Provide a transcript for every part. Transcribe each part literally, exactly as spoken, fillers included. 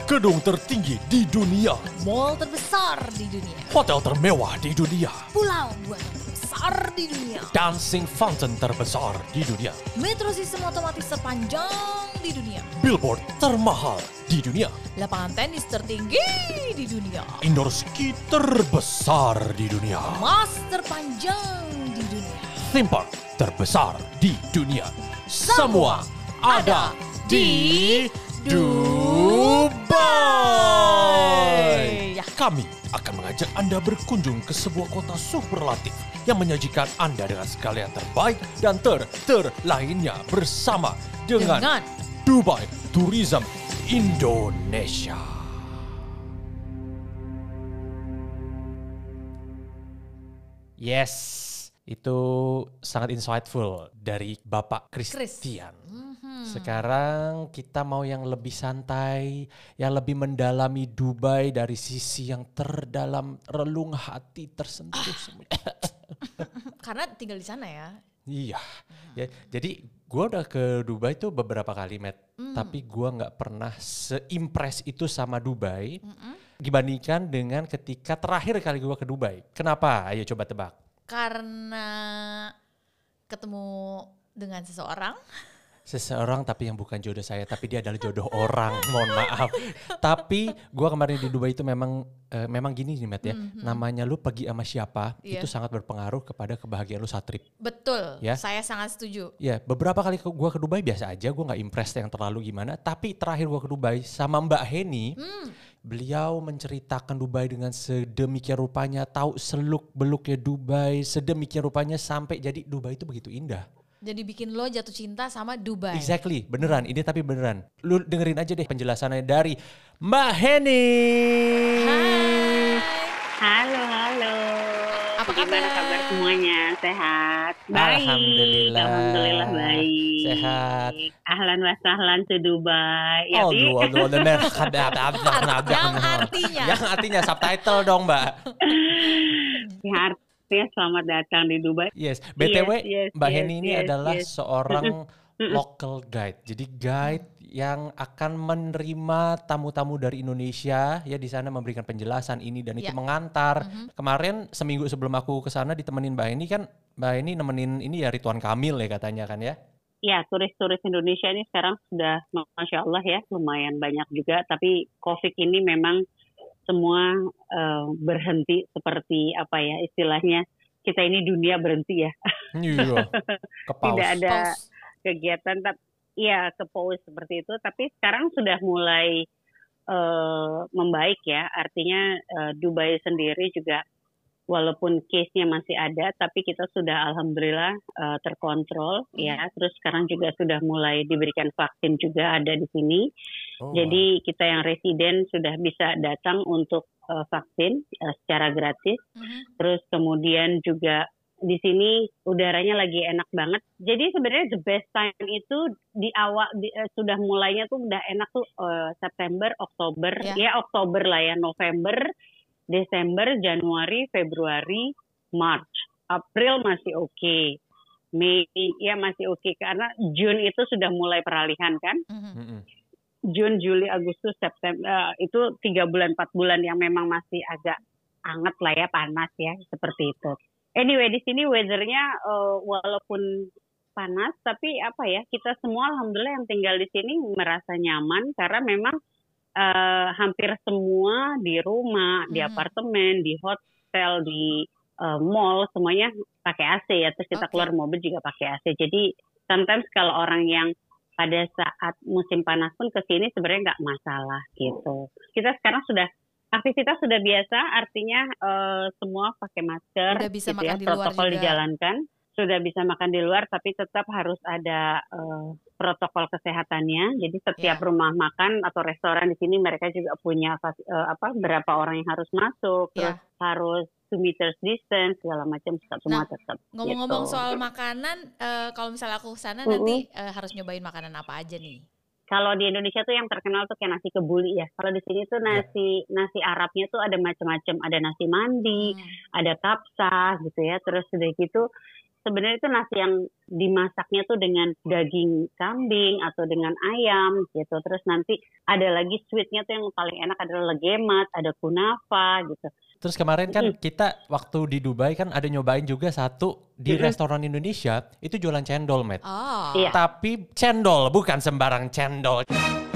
Gedung tertinggi di dunia. Mall terbesar di dunia. Hotel termewah di dunia. Pulau buatan terbesar di dunia. Dancing fountain terbesar di dunia. Metro sistem otomatis terpanjang di dunia. Billboard termahal di dunia. Lapangan tenis tertinggi di dunia. Indoor ski terbesar di dunia. Mas terpanjang di dunia. Theme park terbesar di dunia. Semua ada di Dubai. Ya. Kami akan mengajak Anda berkunjung ke sebuah kota superlatif yang menyajikan Anda dengan segala yang terbaik dan ter-ter lainnya bersama dengan, Dengan Dubai Tourism Indonesia. Yes, itu sangat insightful dari Bapak Christian. Sekarang kita mau yang lebih santai, yang lebih mendalami Dubai dari sisi yang terdalam, relung hati, tersentuh semua. karena tinggal di sana ya. Iya, ya, jadi gue udah ke Dubai tuh beberapa kali, Matt. Mm. Tapi gue nggak pernah seimpress itu sama Dubai Mm-mm. dibandingkan dengan ketika terakhir kali gue ke Dubai. Kenapa? Ayo coba tebak. Karena ketemu dengan seseorang. Seseorang tapi yang bukan jodoh saya, tapi dia adalah jodoh orang, mohon maaf. Tapi gue kemarin di Dubai itu memang uh, memang gini nih, Matt ya. Mm-hmm. Namanya lu pergi sama siapa, Yeah. itu sangat berpengaruh kepada kebahagiaan lu saat trip. Betul, Ya. saya sangat setuju. Ya, beberapa kali ke, gue ke Dubai biasa aja, gue gak impress yang terlalu gimana. Tapi terakhir gue ke Dubai sama Mbak Heni, Hmm. beliau menceritakan Dubai dengan sedemikian rupanya, tahu seluk-beluknya Dubai, sedemikian rupanya sampai jadi Dubai itu begitu indah. Jadi bikin lo jatuh cinta sama Dubai. Exactly, beneran. Ini tapi beneran. Lu dengerin aja deh penjelasannya dari Mbak Heni. Hai. Halo, halo. Apa Gimana kabar? kabar semuanya? Sehat? Baik. Alhamdulillah. Alhamdulillah baik. Sehat. Ahlan wa sahlan to Dubai. Ya, Bi? Aduh, aduh, aduh, Yang artinya. Yang artinya subtitle dong, Mbak. Ya, artinya selamat datang di Dubai. Yes, B T W Yes, yes, Mbak yes, Heni ini yes, adalah yes. seorang local guide. Jadi guide yang akan menerima tamu-tamu dari Indonesia ya di sana memberikan penjelasan ini dan itu Ya. mengantar. Mhm. Kemarin seminggu sebelum aku ke sana ditemenin Mbak Heni kan Mbak Heni nemenin ini ya Ridwan Kamil ya katanya kan ya. Ya, turis-turis Indonesia ini sekarang sudah, Masya Allah ya, lumayan banyak juga. Tapi COVID ini memang semua uh, berhenti seperti apa ya istilahnya. Kita ini dunia berhenti ya. Iya. Ke paus. Tidak ada Pause. kegiatan, tapi ya ke pause seperti itu. Tapi sekarang sudah mulai uh, membaik ya. Artinya uh, Dubai sendiri juga walaupun case-nya masih ada, tapi kita sudah alhamdulillah uh, terkontrol ya. Terus sekarang juga sudah mulai diberikan vaksin juga ada di sini. Oh, Jadi kita yang residen sudah bisa datang untuk uh, vaksin uh, secara gratis. Mhm. Terus kemudian juga di sini udaranya lagi enak banget. Jadi sebenarnya the best time itu di awal di, uh, sudah mulainya tuh udah enak tuh uh, September, Oktober, Ya. ya Oktober lah ya, November, Desember, Januari, Februari, March, April masih oke. Mei ya masih oke karena June itu sudah mulai peralihan kan. Mhm. Mm-mm. Jun, Juli, Agustus, September uh, itu tiga bulan empat bulan yang memang masih agak hangat lah ya, panas ya seperti itu. Anyway di sini weathernya uh, walaupun panas tapi apa ya kita semua alhamdulillah yang tinggal di sini merasa nyaman karena memang uh, hampir semua di rumah, di Hmm. apartemen, di hotel, di uh, mall semuanya pakai A C ya. Terus kita Oke. keluar mobil juga pakai A C. Jadi sometimes kalau orang yang pada saat musim panas pun ke sini sebenarnya nggak masalah gitu. Kita sekarang sudah aktivitas sudah biasa, artinya eh, semua pakai masker, Udah bisa gitu makan ya, di luar protokol juga. dijalankan, sudah bisa makan di luar, tapi tetap harus ada eh, protokol kesehatannya. Jadi setiap Ya. rumah makan atau restoran di sini mereka juga punya fas- eh, apa berapa orang yang harus masuk, Ya. terus harus two meters distance segala macam tetap semua Nah, tetap. Ngomong-ngomong gitu. soal makanan, eh, kalau misalnya aku kesana Mm-mm. nanti eh, harus nyobain makanan apa aja nih? Kalau di Indonesia tuh yang terkenal tuh kayak nasi kebuli ya. Kalau di sini tuh nasi nasi Arabnya tuh ada macam-macam. Ada nasi mandi, Hmm. ada kapsa gitu ya. Terus udah gitu sebenarnya itu nasi yang dimasaknya tuh dengan daging kambing atau dengan ayam gitu. Terus nanti ada lagi sweetnya tuh yang paling enak adalah legemat, ada kunafa gitu. Terus kemarin kan Mm. kita waktu di Dubai kan ada nyobain juga satu di Mm-mm. restoran Indonesia itu jualan cendol, Matt. Oh. Iya. Tapi cendol bukan sembarang cendol.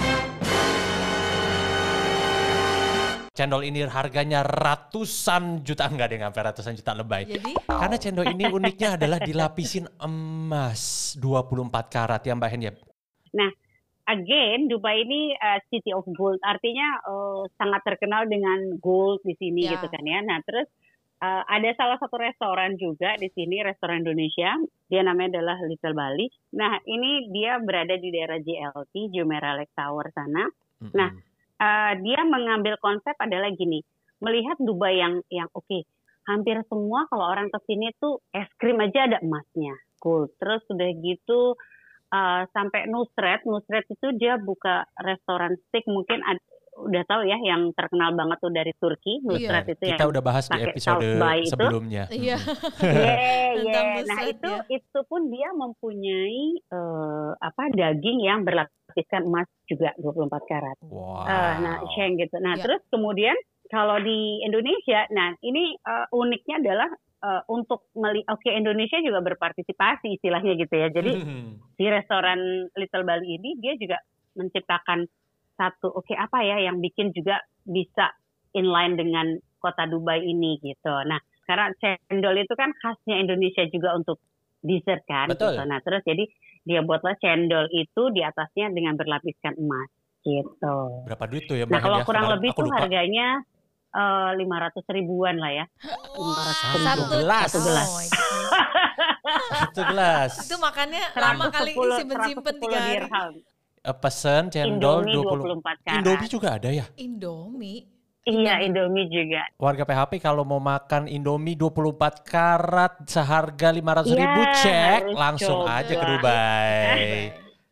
Cendol ini harganya ratusan juta, enggak deh, sampai ratusan juta lebay. Jadi Karena cendol ini uniknya adalah dilapisin emas dua puluh empat karat ya Mbak Hen ya. Nah, again, Dubai ini uh, city of gold, artinya uh, sangat terkenal dengan gold di sini Ya. gitu kan ya. Nah, terus uh, ada salah satu restoran juga di sini, restoran Indonesia, dia namanya adalah Little Bali. Nah, ini dia berada di daerah J L T, Jumeirah Lake Tower sana. Mm-mm. Nah, uh, dia mengambil konsep adalah gini, melihat Dubai yang yang oke, okay, hampir semua kalau orang ke sini tuh es krim aja ada emasnya, gold. Terus udah gitu Uh, sampai Nusret, Nusret itu dia buka restoran steak, mungkin ad, udah tahu ya yang terkenal banget tuh dari Turki, Nusret Iya. itu Kita yang udah bahas di pakai episode saus bay itu. sebelumnya. Iya. Mm-mm. Yeah, Tentang yeah. Nah Nusret, itu ya. itu pun dia mempunyai uh, apa daging yang berlapiskan emas juga dua puluh empat karat. Wow. Uh, nah, Sheng gitu. Nah, Ya. terus kemudian kalau di Indonesia, nah ini uh, uniknya adalah uh, untuk meli, oke Indonesia juga berpartisipasi istilahnya gitu ya. Jadi di restoran Little Bali ini dia juga menciptakan satu oke apa ya yang bikin juga bisa inline dengan kota Dubai ini gitu. Nah, karena cendol itu kan khasnya Indonesia juga untuk dessert kan. Betul. Gitu. Nah, terus jadi dia buatlah cendol itu di atasnya dengan berlapiskan emas gitu. Berapa duit tuh ya Mbak Nah, Hen kalau ya? kurang Kemarin lebih aku tuh lupa. harganya uh, lima ratus ribuan lah ya. lima ratus Satu ribu. gelas. Satu gelas. Oh my goodness. Satu gelas. Itu makannya lama kali seratus sepuluh simpen-simpen tiga hari. dirham. Eh, pesen cendol Indomie dua dua puluh. puluh empat karat. Indomie juga ada ya? Indomie. Iya, Indomie juga. Warga P H P kalau mau makan Indomie dua puluh empat karat seharga lima ratus ribu Iya, cek harus langsung coba. aja ke Dubai.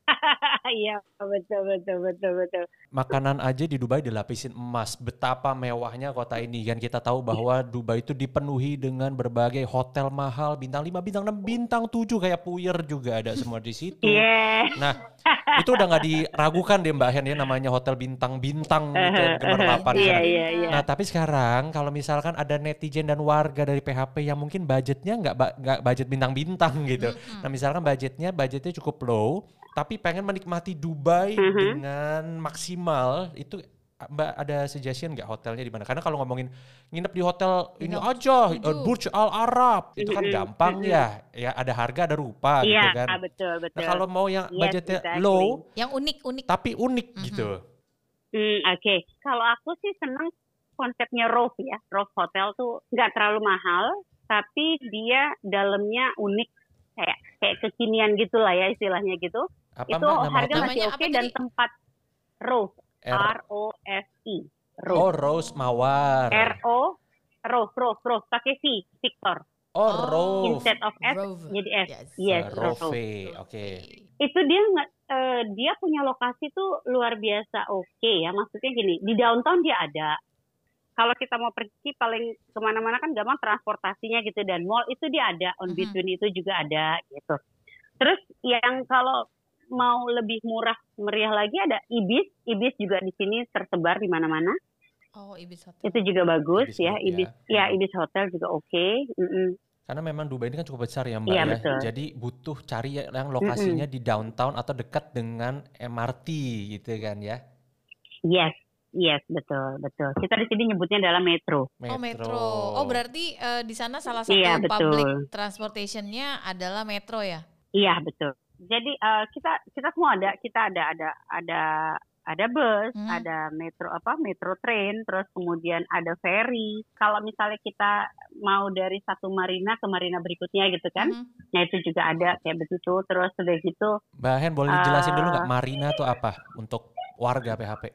Iya, betul, betul, betul, betul. Makanan aja di Dubai dilapisin emas. Betapa mewahnya kota ini kan. Kita tahu bahwa Dubai itu dipenuhi dengan berbagai hotel mahal, bintang lima, bintang enam, bintang tujuh, kayak Puyer juga ada semua di situ. Iya. Nah, itu udah nggak diragukan deh Mbak Hen ya, namanya hotel bintang-bintang gitu, gemerlapan di Iya, sana. iya, iya. Nah, tapi sekarang kalau misalkan ada netizen dan warga dari P H P yang mungkin budgetnya nggak ba- nggak budget bintang-bintang gitu. Nah, misalkan budgetnya budgetnya cukup low, tapi pengen menikmati Dubai Mhm. dengan maksimal, itu Mbak ada suggestion nggak hotelnya di mana? Karena kalau ngomongin nginep di hotel ini Nginep, aja, setuju. eh, Burj Al Arab, itu kan Mhm, gampang mhm. ya. Ya ada harga, ada rupa gitu Iya, kan. ah, betul, Nah, betul. kalau mau yang Yes, budgetnya exactly. low Yang unik-unik. tapi unik Mhm. gitu. Hmm, oke. Kalau aku sih seneng konsepnya Rove ya. Rove Hotel tuh nggak terlalu mahal, tapi dia dalamnya unik, kayak kayak kekinian gitulah ya istilahnya gitu. Apa Itu Mbak nama harga hotel? masih Namanya oke apa dan tadi? tempat Rove, R- R O F I, Oh, Rove, Rose Mawar. R O Rove, Rove, Rove, pakai V, Victor. Oh, Oh. Rove. Instead of S Rove. jadi S. Yes. Yes, Eh, Rove. Rove. Oke. Itu dia nggak eh, dia punya lokasi tuh luar biasa oke ya. Maksudnya gini, di downtown dia ada. Kalau kita mau pergi paling kemana-mana kan gampang transportasinya gitu, dan mall itu dia ada, on Mhm. between itu juga ada gitu. Terus yang kalau mau lebih murah meriah lagi ada Ibis, Ibis juga di sini tersebar di mana-mana. Oh, Ibis Hotel. Itu juga bagus Ibis ya, Group, Ibis ya. ya Ibis Hotel juga oke. Mm-mm. Karena memang Dubai ini kan cukup besar ya Mbak Iya, ya. betul. Jadi butuh cari yang lokasinya di downtown atau dekat dengan M R T gitu kan ya. Yes, yes, betul, betul. Kita di sini nyebutnya adalah metro. Oh, metro. Oh, berarti eh, di sana salah satu Iya, betul. public transportation-nya adalah metro ya? Iya, betul. Jadi eh, kita kita semua ada, kita ada ada ada ada bus, Hmm. ada metro apa metro train, terus kemudian ada ferry. Kalau misalnya kita mau dari satu marina ke marina berikutnya gitu kan, Mhm. nah itu juga ada kayak begitu. Terus udah gitu, Mbak Hen boleh dijelasin dulu nggak Eh. Marina itu apa untuk warga P H P?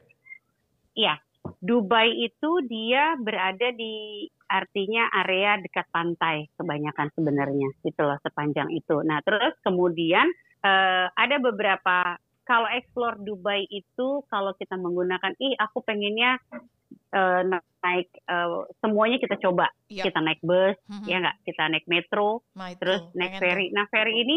iya, Dubai itu dia berada di artinya area dekat pantai kebanyakan sebenarnya gitu loh sepanjang itu. Nah terus kemudian eh, ada beberapa, kalau explore Dubai itu kalau kita menggunakan ih aku pengennya uh, naik uh, semuanya kita coba. Yep. Kita naik bus, Mhm. ya nggak? Kita naik metro, Nah, itu, terus naik pengen ferry. tuh. Nah ferry ini,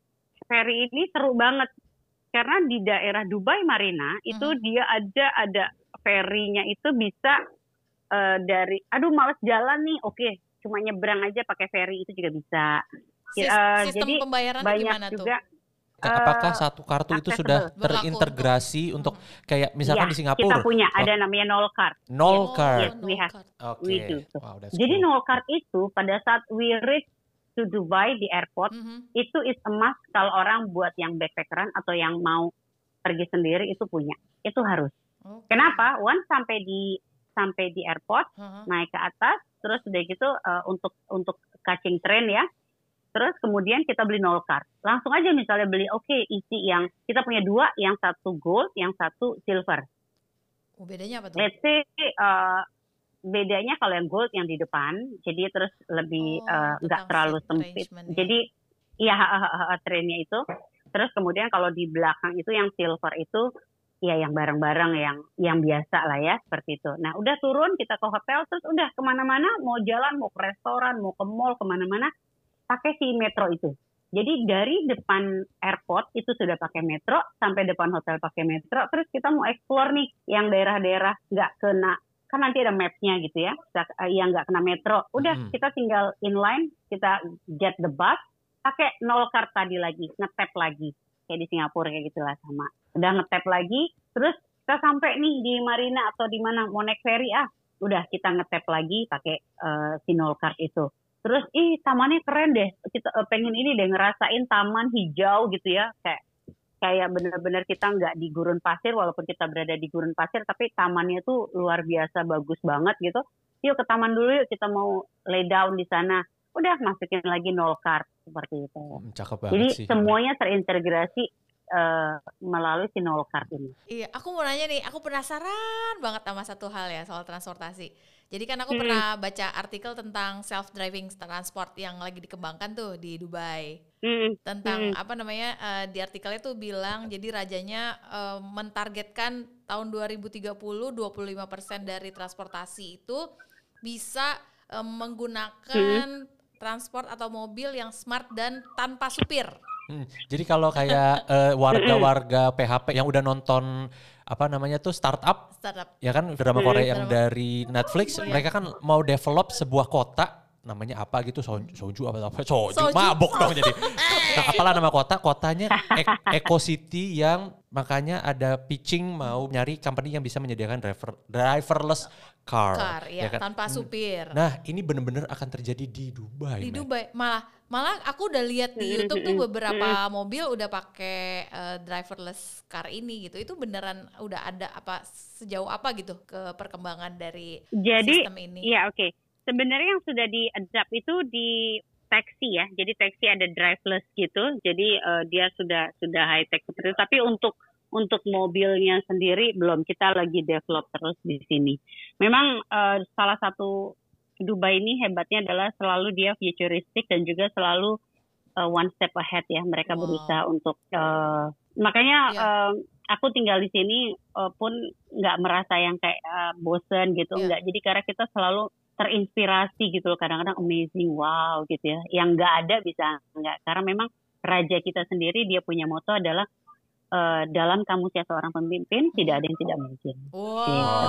ferry ini seru banget karena di daerah Dubai Marina itu Mhm. dia ada ada ferrynya itu bisa uh, dari, aduh males jalan nih, oke, cuma nyebrang aja pakai ferry itu juga bisa. Sis- Uh, sistem jadi pembayarannya banyak gimana tuh? juga. Ka- Apakah uh, satu kartu itu accessible. sudah Berlaku terintegrasi untuk, Mhm. kayak misalkan Iya, di kita Singapura punya wak- ada namanya nol card. nol Oh, card. Yes, we no have. card. Oke. We do. Wow, that's Jadi cool. nol card itu pada saat we reach to Dubai di airport, Mhm. itu is a must kalau orang buat yang backpackeran atau yang mau pergi sendiri itu punya. Itu harus. Oke. Kenapa? Once sampai di sampai di airport, Heeh. naik ke atas, terus udah gitu uh, untuk untuk catching train ya. Terus kemudian kita beli nol card. Langsung aja misalnya beli, oke okay, isi yang, kita punya dua, yang satu gold, yang satu silver. Oh, bedanya apa tuh? Let's say uh, bedanya kalau yang gold yang di depan, jadi terus lebih Oh, uh, nggak tentang terlalu seat sempit. arrangement ya. Jadi iya trennya itu. Terus kemudian kalau di belakang itu yang silver itu ya yang barang-barang yang yang biasa lah ya seperti itu. Nah udah turun kita ke hotel terus udah kemana-mana mau jalan mau ke restoran mau ke mall kemana-mana pakai si metro itu. Jadi dari depan airport itu sudah pakai metro sampai depan hotel pakai metro. Terus kita mau explore nih yang daerah-daerah nggak kena, kan nanti ada mapnya gitu ya, yang nggak kena metro. Udah Hmm. kita tinggal inline, kita get the bus, pakai nol card tadi lagi, nge-tap lagi. Kayak di Singapura kayak gitulah sama. Udah nge-tap lagi, terus kita sampai nih di Marina atau di mana mau naik ferry ah, udah kita nge-tap lagi pakai uh, si nol card itu. Terus, ih tamannya keren deh, kita uh, pengen ini deh ngerasain taman hijau gitu ya, kayak kayak benar-benar kita nggak di gurun pasir, walaupun kita berada di gurun pasir, tapi tamannya tuh luar biasa bagus banget gitu. Yuk ke taman dulu yuk, kita mau lay down di sana. Udah masukin lagi nol card seperti itu. Hmm, Cakep banget Jadi sih. semuanya terintegrasi uh, melalui si nol card ini. Iya, aku mau nanya nih, aku penasaran banget sama satu hal ya soal transportasi. Jadi kan aku Hmm. pernah baca artikel tentang self-driving transport yang lagi dikembangkan tuh di Dubai. Hmm. Tentang Hmm. apa namanya, eh, di artikelnya tuh bilang jadi rajanya eh, mentargetkan tahun dua ribu tiga puluh dua puluh lima persen dari transportasi itu bisa eh, menggunakan transport atau mobil yang smart dan tanpa supir. Hmm, Jadi kalau kayak eh, warga-warga P H P yang udah nonton apa namanya tuh startup, Startup. ya kan drama Hmm. Korea yang Drama. dari Netflix, Iya. mereka kan mau develop sebuah kota, namanya apa gitu, so- soju apa apa, soju, Soju. mabok dong jadi. Nah, apalah nama kota, kotanya E- Eco City yang makanya ada pitching mau nyari company yang bisa menyediakan driver driverless car, Car, ya, kan? tanpa Hmm. supir. Nah, ini bener-bener akan terjadi di Dubai. Di men. Dubai malah malah aku udah lihat di YouTube tuh beberapa mobil udah pakai eh, driverless car ini gitu. Itu beneran udah ada apa sejauh apa gitu ke perkembangan dari Jadi, sistem ini? ya oke. Sebenarnya yang sudah di-adapt itu di taxi ya. Jadi taxi ada driverless gitu. Jadi uh, dia sudah sudah high tech seperti itu. Tapi untuk untuk mobilnya sendiri belum. Kita lagi develop terus di sini. Memang uh, salah satu Dubai ini hebatnya adalah selalu dia futuristic dan juga selalu uh, one step ahead ya. Mereka Wow. berusaha untuk uh, makanya Ya. uh, aku tinggal di sini uh, pun nggak merasa yang kayak uh, bosen gitu, Ya. nggak. Jadi karena kita selalu terinspirasi gitu loh, kadang-kadang amazing, wow gitu ya. Yang nggak ada bisa nggak. Karena memang raja kita sendiri dia punya moto adalah uh, dalam kamusnya seorang pemimpin tidak ada yang tidak mungkin. Wow.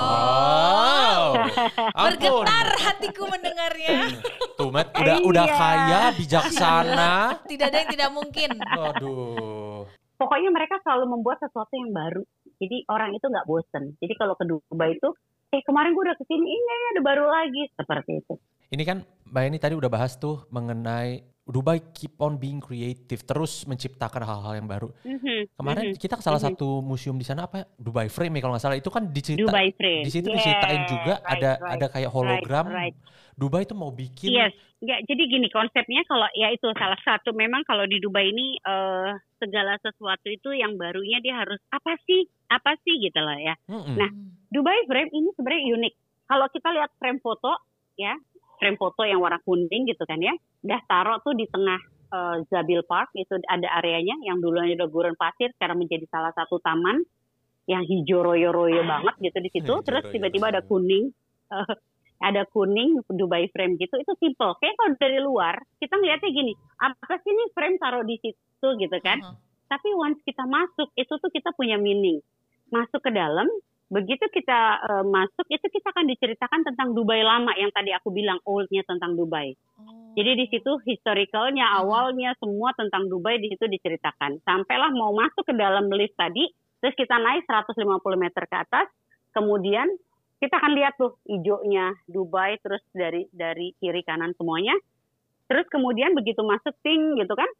Wow. Ampun. Bergetar hatiku mendengarnya. Tuh, Matt, udah udah Iya. kaya, bijaksana. Tidak ada yang tidak mungkin. Waduh. Pokoknya mereka selalu membuat sesuatu yang baru. Jadi orang itu nggak bosen. Jadi kalau ke Dubai itu, eh kemarin gue udah kesini, ini ada baru lagi. Seperti itu. Ini kan Mbak Eni tadi udah bahas tuh mengenai Dubai keep on being creative, terus menciptakan hal-hal yang baru. Mhm, Kemarin mhm. kita ke salah Mhm. satu museum di sana apa ya? Dubai Frame ya kalau nggak salah. Itu kan dicerita, Dubai Frame. di situ Yeah, diceritain juga right, ada right, ada kayak hologram. right, right. Dubai itu mau bikin Yes, nggak. Jadi gini konsepnya kalau ya itu salah satu memang kalau di Dubai ini eh, segala sesuatu itu yang barunya dia harus apa sih, apa sih gitu lah ya. Mm-mm. Nah, Dubai Frame ini sebenarnya unik. Kalau kita lihat frame foto ya, frame foto yang warna kuning gitu kan ya, udah taruh tuh di tengah eh, Zabil Park itu ada areanya yang dulunya udah gurun pasir sekarang menjadi salah satu taman. yang hijau royo-royo banget gitu di situ. Hijau Terus tiba-tiba ada royo-royo. kuning, eh, ada kuning Dubai frame gitu. Itu simple. Kayak kalau dari luar kita ngeliatnya gini, apa sih ini frame taruh di situ gitu kan? Uh-huh. Tapi once kita masuk, itu tuh kita punya meaning. Masuk ke dalam, begitu kita uh, masuk, itu kita akan diceritakan tentang Dubai lama yang tadi aku bilang oldnya tentang Dubai. Oh. Jadi di situ historicalnya, Mhm. awalnya semua tentang Dubai di situ diceritakan. Sampailah mau masuk ke dalam lift tadi, terus kita naik seratus lima puluh meter ke atas, kemudian kita akan lihat tuh hijaunya Dubai, terus dari dari kiri kanan semuanya. Terus kemudian begitu masuk ting gitu kan,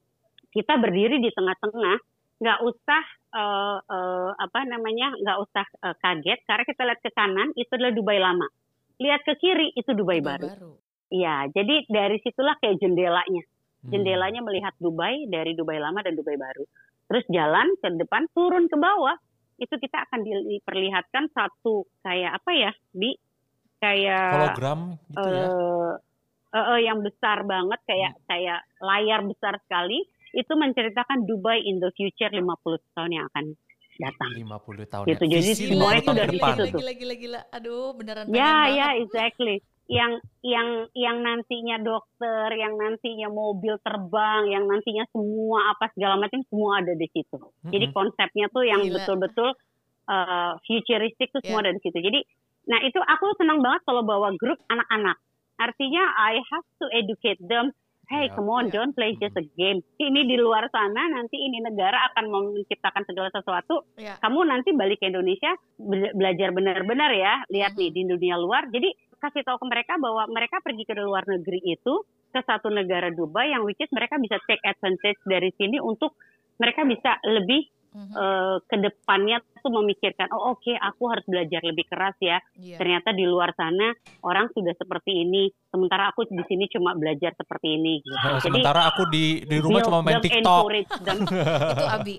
kita berdiri di tengah-tengah, nggak usah uh, uh, apa namanya, nggak usah uh, kaget karena kita lihat ke kanan itu adalah Dubai lama, lihat ke kiri itu Dubai, Dubai baru. baru. Iya, jadi dari situlah kayak jendelanya, Hmm. jendelanya melihat Dubai dari Dubai lama dan Dubai baru. Terus jalan ke depan, turun ke bawah, itu kita akan diperlihatkan satu kayak apa ya, di kayak Hologram gitu ya. eh eh, eh, yang besar banget kayak kayak layar besar sekali. Itu menceritakan Dubai in the future lima puluh tahun yang akan datang. lima puluh tahun Gitu, ya. jadi Visi semua lima puluh itu tahun udah ke di depan. situ Gila, tuh. gila, gila, gila. Aduh, beneran Ya, pengen ya, banget. exactly. Yang yang yang nantinya dokter, yang nantinya mobil terbang, yang nantinya semua apa segala macam semua ada di situ. Jadi Mm-mm. konsepnya tuh yang Gila. betul-betul uh, futuristik tuh semua Ya. ada di situ. Jadi, nah itu aku senang banget kalau bawa grup anak-anak. Artinya I have to educate them. Hey, Ya. come on, Ya. don't play just a game. Ini di luar sana, nanti ini negara akan menciptakan segala sesuatu. Ya. Kamu nanti balik ke Indonesia, be- belajar benar-benar ya. Lihat nih, di dunia luar. Jadi, kasih tahu ke mereka bahwa mereka pergi ke luar negeri itu, ke satu negara Dubai, yang which is mereka bisa take advantage dari sini untuk mereka bisa lebih Mhm. eh, ke depannya tuh memikirkan, oh oke, aku harus belajar lebih keras ya. Iya. Ternyata di luar sana orang sudah seperti ini, sementara aku di sini cuma belajar seperti ini. Gitu. Nah, Jadi sementara aku di di rumah build cuma main them, TikTok. encourage them. Itu Abi.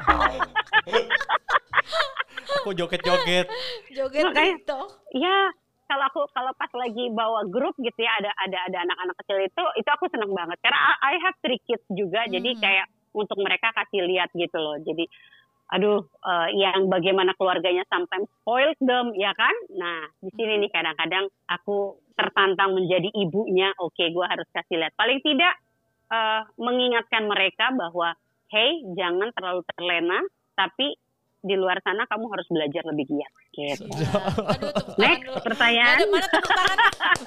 Aku joget-joget. Joget Makanya- TikTok. Ya, kalau aku kalau pas lagi bawa grup gitu ya, ada ada ada anak-anak kecil itu, itu aku seneng banget karena I I have three kids juga, jadi Hmm. kayak untuk mereka kasih lihat gitu loh. Jadi, aduh, eh, yang bagaimana keluarganya sometimes spoiled them, ya kan? Nah, di sini nih kadang-kadang aku tertantang menjadi ibunya. Oke, gue harus kasih lihat. Paling tidak eh, mengingatkan mereka bahwa, hey, jangan terlalu terlena, tapi di luar sana kamu harus belajar lebih giat. Gitu. Gila. Aduh, tepuk tangan Next, dulu. pertanyaan. Mana, mana tepuk tangan?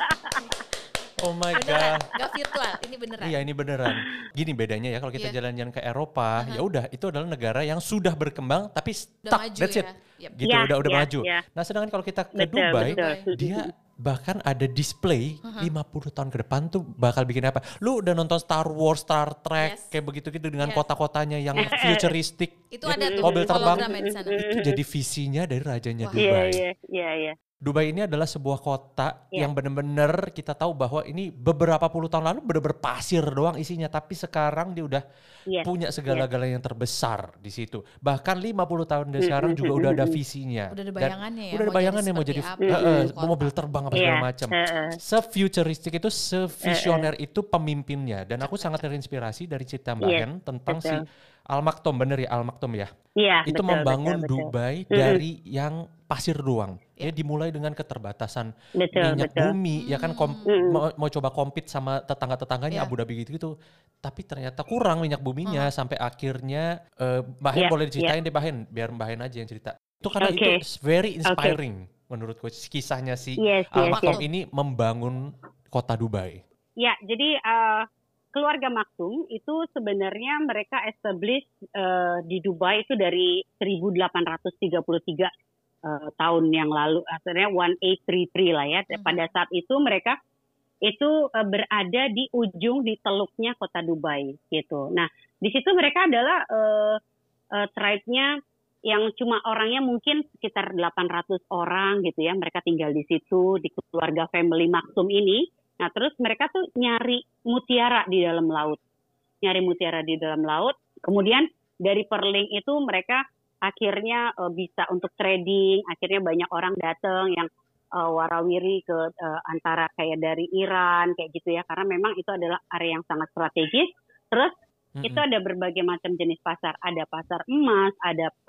Oh my Beneran, god. gak virtual. Ini beneran. Iya, ini beneran. Gini bedanya ya kalau kita Iya. jalan-jalan ke Eropa, Aha. ya udah itu adalah negara yang sudah berkembang tapi Udah stuck. maju That's ya. it. Yep. Gitu, Ya, udah udah ya, maju. ya. Nah, sedangkan kalau kita ke Betul, Dubai, betul. dia bahkan ada display Aha. lima puluh tahun ke depan tuh bakal bikin apa. Lu udah nonton Star Wars, Star Trek, Yes. kayak begitu-gitu dengan Yes. kota-kotanya yang Yes. futuristik. Itu ya, ada tuh mobil terbang. hologramnya di sana. Itu jadi visinya dari rajanya Wah. Iya, Dubai. iya, iya, iya. Dubai ini adalah sebuah kota Iya. yang benar-benar kita tahu bahwa ini beberapa puluh tahun lalu benar-benar pasir doang isinya, tapi sekarang dia udah Yes, punya segala-galanya yang terbesar di situ. Bahkan lima puluh tahun dari Mm, sekarang mm, juga mm, udah ada mm. visinya. Udah ada Dan bayangannya ya. udah ada bayangannya mau jadi seperti eh, apa eh, gitu kota. mobil terbang apa Iya, segala macam. heeh. Se-futuristik itu, se-visioner itu pemimpinnya. Dan aku Cocok, sangat cocok. terinspirasi dari cerita Mbak Yes, Hen tentang si betul. Al Maktoum, bener ya Al Maktoum ya. Iya, Itu betul, membangun betul, betul. Dubai Mm-mm. dari yang pasir doang. Ya Ya. dimulai dengan keterbatasan Betul, minyak betul. bumi, ya kan kom- Mm-mm. mau, mau coba compete sama tetangga-tetangganya Ya. Abu Dhabi gitu-gitu. Tapi ternyata kurang minyak buminya sampai akhirnya eh, Mbak Hen Ya, boleh ya. diceritain deh Mbak Hen, biar Mbak Hen aja yang cerita. Itu karena Oke. itu very inspiring menurutku kisahnya si Yes, Al yes, Maktoum yes. ini membangun kota Dubai. Ya, jadi eh, keluarga Maktoum itu sebenarnya mereka establish eh, di Dubai itu dari seribu delapan ratus tiga puluh tiga eh, tahun yang lalu, akhirnya eighteen thirty-three lah ya. Mhm. Pada saat itu mereka itu eh, berada di ujung di teluknya kota Dubai gitu. Nah, di situ mereka adalah eh, eh, tribe-nya yang cuma orangnya mungkin sekitar delapan ratus orang gitu ya. Mereka tinggal di situ di keluarga family Maktoum ini. Nah, terus mereka tuh nyari mutiara di dalam laut. Nyari mutiara di dalam laut. Kemudian dari Perling itu mereka akhirnya uh, bisa untuk trading. Akhirnya banyak orang datang yang uh, warawiri ke uh, antara kayak dari Iran kayak gitu ya. Karena memang itu adalah area yang sangat strategis. Terus Mm-mm. itu ada berbagai macam jenis pasar. Ada pasar emas, ada pas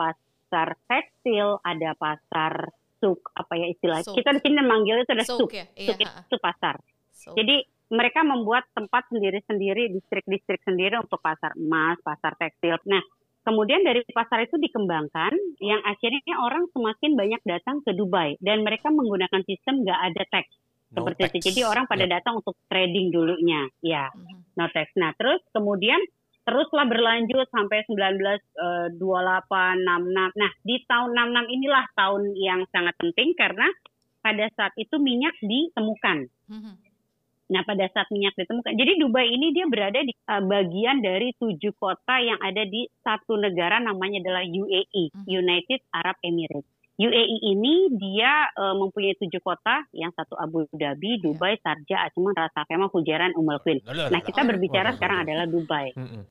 pasar tekstil, ada pasar souk, apa ya istilah Souk. kita di sini manggil itu ada Souk souk. ya? Iya, Souk ha-ha. itu pasar. Souk. Jadi mereka membuat tempat sendiri-sendiri, distrik-distrik sendiri untuk pasar emas, pasar tekstil. Nah, kemudian dari pasar itu dikembangkan, yang akhirnya orang semakin banyak datang ke Dubai dan mereka menggunakan sistem nggak ada tax. No Seperti tax. itu. Jadi orang pada Yep. datang untuk trading dulunya, ya, Mhm. no tax. Nah, terus kemudian teruslah berlanjut sampai sembilan belas dua puluh delapan, enam puluh enam. Nah, di tahun enam puluh enam inilah tahun yang sangat penting karena pada saat itu minyak ditemukan. Mhm. Nah, pada saat minyak ditemukan, jadi Dubai ini dia berada di uh, bagian dari tujuh kota yang ada di satu negara namanya adalah U A E, Mhm. United Arab Emirates. U A E ini dia uh, mempunyai tujuh kota, yang satu Abu Dhabi, Dubai, Sharjah, Ajman, Ras Al Khaimah, Fujairah, Umm Al Quwain. Nah, kita berbicara Waduh, sekarang waduh. adalah Dubai. Mm-mm.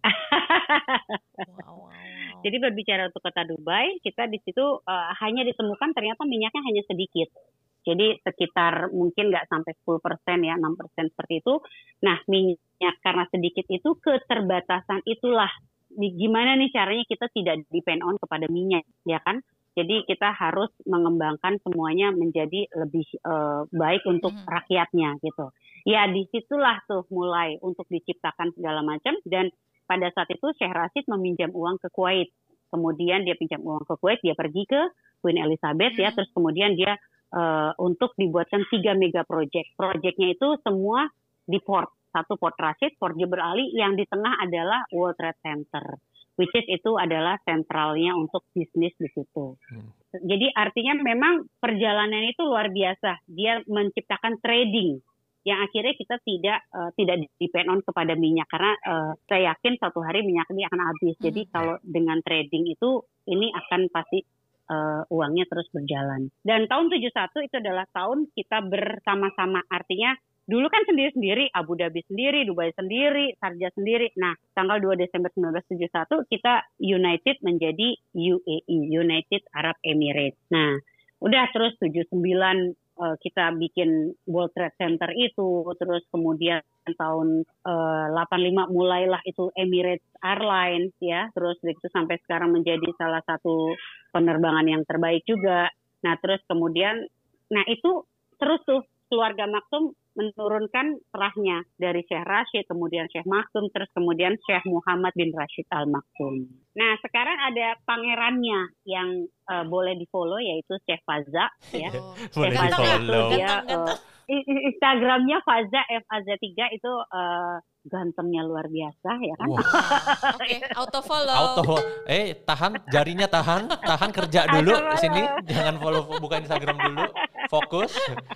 Wow, wow, wow. Jadi berbicara untuk kota Dubai, kita di situ uh, hanya ditemukan ternyata minyaknya hanya sedikit. Jadi sekitar mungkin nggak sampai sepuluh persen ya, enam persen seperti itu. Nah, minyak karena sedikit itu, keterbatasan itulah. Gimana nih caranya kita tidak depend on kepada minyak, ya kan? Jadi kita harus mengembangkan semuanya menjadi lebih uh, baik untuk Mhm. rakyatnya gitu. Ya disitulah tuh mulai untuk diciptakan segala macam. Dan pada saat itu Syekh Rashid meminjam uang ke Kuwait. Kemudian dia pinjam uang ke Kuwait, dia pergi ke Queen Elizabeth ya. Mhm. Terus kemudian dia uh, untuk dibuatkan tiga mega project. Projectnya itu semua di port. Satu Port Rashid, Port Jebel Ali, yang di tengah adalah World Trade Center. Which is itu adalah sentralnya untuk bisnis di situ. Hmm. Jadi artinya memang perjalanan itu luar biasa. Dia menciptakan trading yang akhirnya kita tidak uh, tidak depend on kepada minyak karena uh, saya yakin satu hari minyak ini akan habis. Mhm. Jadi kalau dengan trading itu ini akan pasti uh, uangnya terus berjalan. Dan tahun tujuh puluh satu itu adalah tahun kita bersama-sama. Artinya dulu kan sendiri-sendiri, Abu Dhabi sendiri, Dubai sendiri, Sharjah sendiri. Nah, tanggal dua Desember seribu sembilan ratus tujuh puluh satu kita united menjadi U A E, United Arab Emirates. Nah, udah terus tujuh puluh sembilan uh, kita bikin World Trade Center itu, terus kemudian tahun uh, delapan puluh lima mulailah itu Emirates Airlines ya, terus itu sampai sekarang menjadi salah satu penerbangan yang terbaik juga. Nah, terus kemudian, nah itu terus tuh keluarga Maktoum menurunkan serahnya dari Syekh Rashid, kemudian Syekh Maktoum, terus kemudian Syekh Muhammad bin Rashid Al Maktoum. Nah, sekarang ada pangerannya yang uh, boleh di-follow, yaitu Syekh Faza. Ya. Oh. Boleh Syekh Faza di-follow. itu dia, Ganteng, uh, Instagramnya Faza F A Z tiga itu uh, gantengnya luar biasa ya kan. Wah. Oke, auto follow. Auto, eh tahan jarinya tahan, tahan kerja dulu sini, jangan follow buka Instagram dulu, fokus.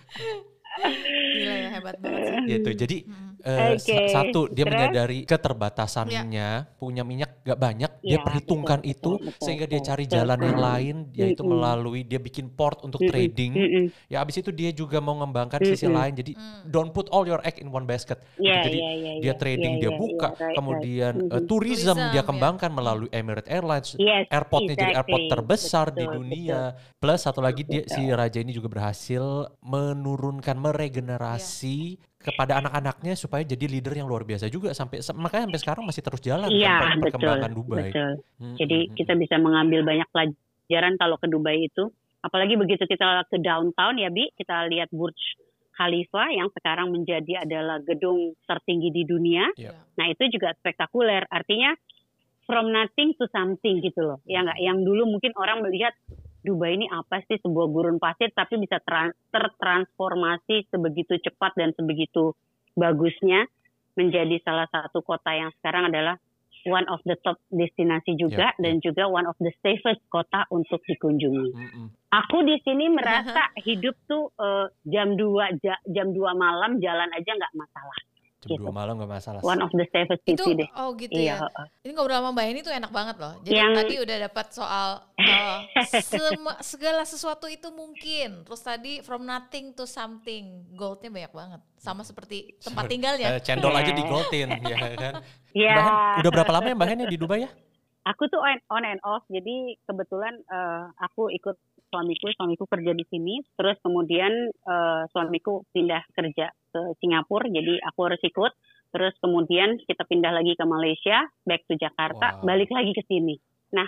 Gila ya, hebat banget sih. Gitu. Jadi Mhm. eh, Oke. sa- satu dia Terus? menyadari keterbatasannya, punya minyak gak banyak, dia Ya, perhitungkan betul, itu betul, betul, sehingga dia betul, cari betul. jalan yang lain, yaitu Mm-mm. melalui dia bikin port untuk Mm-mm, trading. mm-mm. Ya abis itu dia juga mau mengembangkan sisi Mm-mm. lain. Jadi Mm. don't put all your egg in one basket. Gitu. Ya, Jadi ya, ya, dia ya, trading, ya, dia ya, buka, ya, right, kemudian right. eh, Mhm. tourism Tourism, dia ya. kembangkan melalui Emirates Airlines. Yes, Airportnya jadi airport exactly. terbesar di Betul, dunia. Plus satu lagi dia si Betul. raja ini juga berhasil menurunkan, meregenerasi kepada anak-anaknya supaya jadi leader yang luar biasa juga sampai se- makanya sampai sekarang masih terus jalan kan Iya, per- betul, perkembangan Dubai. betul. Hmm, Jadi hmm, hmm, kita bisa mengambil banyak pelajaran kalau ke Dubai itu. Apalagi begitu kita ke downtown ya, Bi, kita lihat Burj Khalifa yang sekarang menjadi adalah gedung tertinggi di dunia. Yep. Nah, itu juga spektakuler. Artinya from nothing to something gitu loh. Ya enggak, yang dulu mungkin orang melihat Dubai ini apa sih, sebuah gurun pasir tapi bisa tran- tertransformasi sebegitu cepat dan sebegitu bagusnya menjadi salah satu kota yang sekarang adalah one of the top destinasi juga Yep, dan juga one of the safest kota untuk dikunjungi. hmm, hmm. Aku di sini merasa hidup tuh eh, jam dua ja- jam dua malam jalan aja nggak masalah. Jam Gitu. dua malam gak masalah. One of the safest Itu city deh. oh gitu Iya, ya. heeh. Ini ngobrol sama Mbak Eni tuh enak banget loh. Jadi Yang- tadi udah dapat soal uh, sema- segala sesuatu itu mungkin. Terus tadi from nothing to something. Goldnya banyak banget. Sama seperti tempat tinggalnya. Eh, cendol aja Yeah. digotin ya kan. Iya. Mbak Hen, udah berapa lama ya Mbak Hen ya di Dubai ya? Aku tuh on, on and off, jadi kebetulan eh, aku ikut suamiku, suamiku kerja di sini, terus kemudian eh, suamiku pindah kerja ke Singapura, jadi aku harus ikut, terus kemudian kita pindah lagi ke Malaysia, back to Jakarta, Wow. balik lagi ke sini. Nah,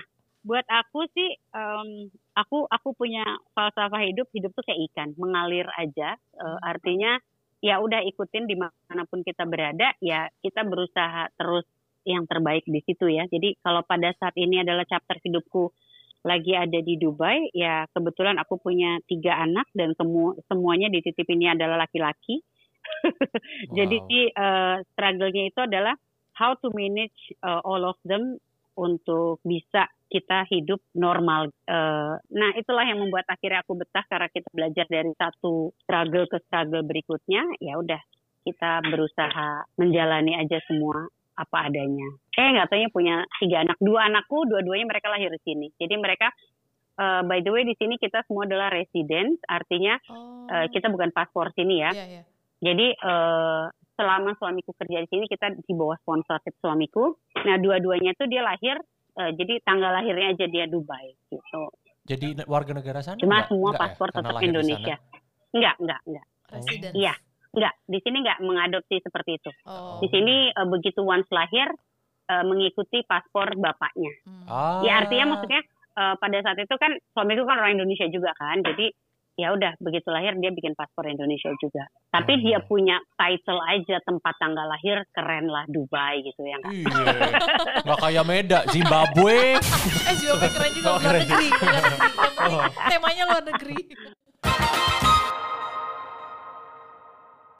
buat aku sih, um, aku aku punya falsafah hidup, hidup tuh kayak ikan, mengalir aja. Uh, artinya ya udah ikutin dimanapun kita berada, ya kita berusaha terus yang terbaik di situ ya. Jadi kalau pada saat ini adalah chapter hidupku lagi ada di Dubai, ya kebetulan aku punya tiga anak dan semua semuanya di titik ini adalah laki-laki. Jadi uh, struggle-nya itu adalah how to manage uh, all of them untuk bisa kita hidup normal. Uh, nah itulah yang membuat akhirnya aku betah karena kita belajar dari satu struggle ke struggle berikutnya. Ya udah kita berusaha menjalani aja semua apa adanya. Eh nggak taunya punya tiga anak, dua anakku, dua-duanya mereka lahir di sini. Jadi mereka, uh, by the way di sini kita semua adalah resident, artinya oh. uh, kita bukan paspor sini ya. Yeah, yeah. Jadi uh, selama suamiku kerja di sini kita di bawah sponsorship suamiku. Nah dua-duanya tuh dia lahir, uh, jadi tanggal lahirnya aja dia Dubai gitu. Jadi warga negara sana? Cuma enggak, semua enggak paspor ya? Tetap Indonesia. Enggak, enggak, enggak. Resident. Iya. Enggak, di sini enggak mengadopsi seperti itu. Oh. Di sini uh, begitu once lahir uh, mengikuti paspor bapaknya. Hmm. Ah. Ya artinya maksudnya uh, pada saat itu kan suamiku kan orang Indonesia juga kan. Jadi ya udah begitu lahir dia bikin paspor Indonesia juga. Tapi hmm. dia punya title aja tempat tanggal lahir keren lah Dubai gitu ya enggak. Iya. Enggak kayak Meda, Zimbabwe. eh Zimbabwe keren juga oh, luar negeri. Luar negeri. Oh. Temanya luar negeri.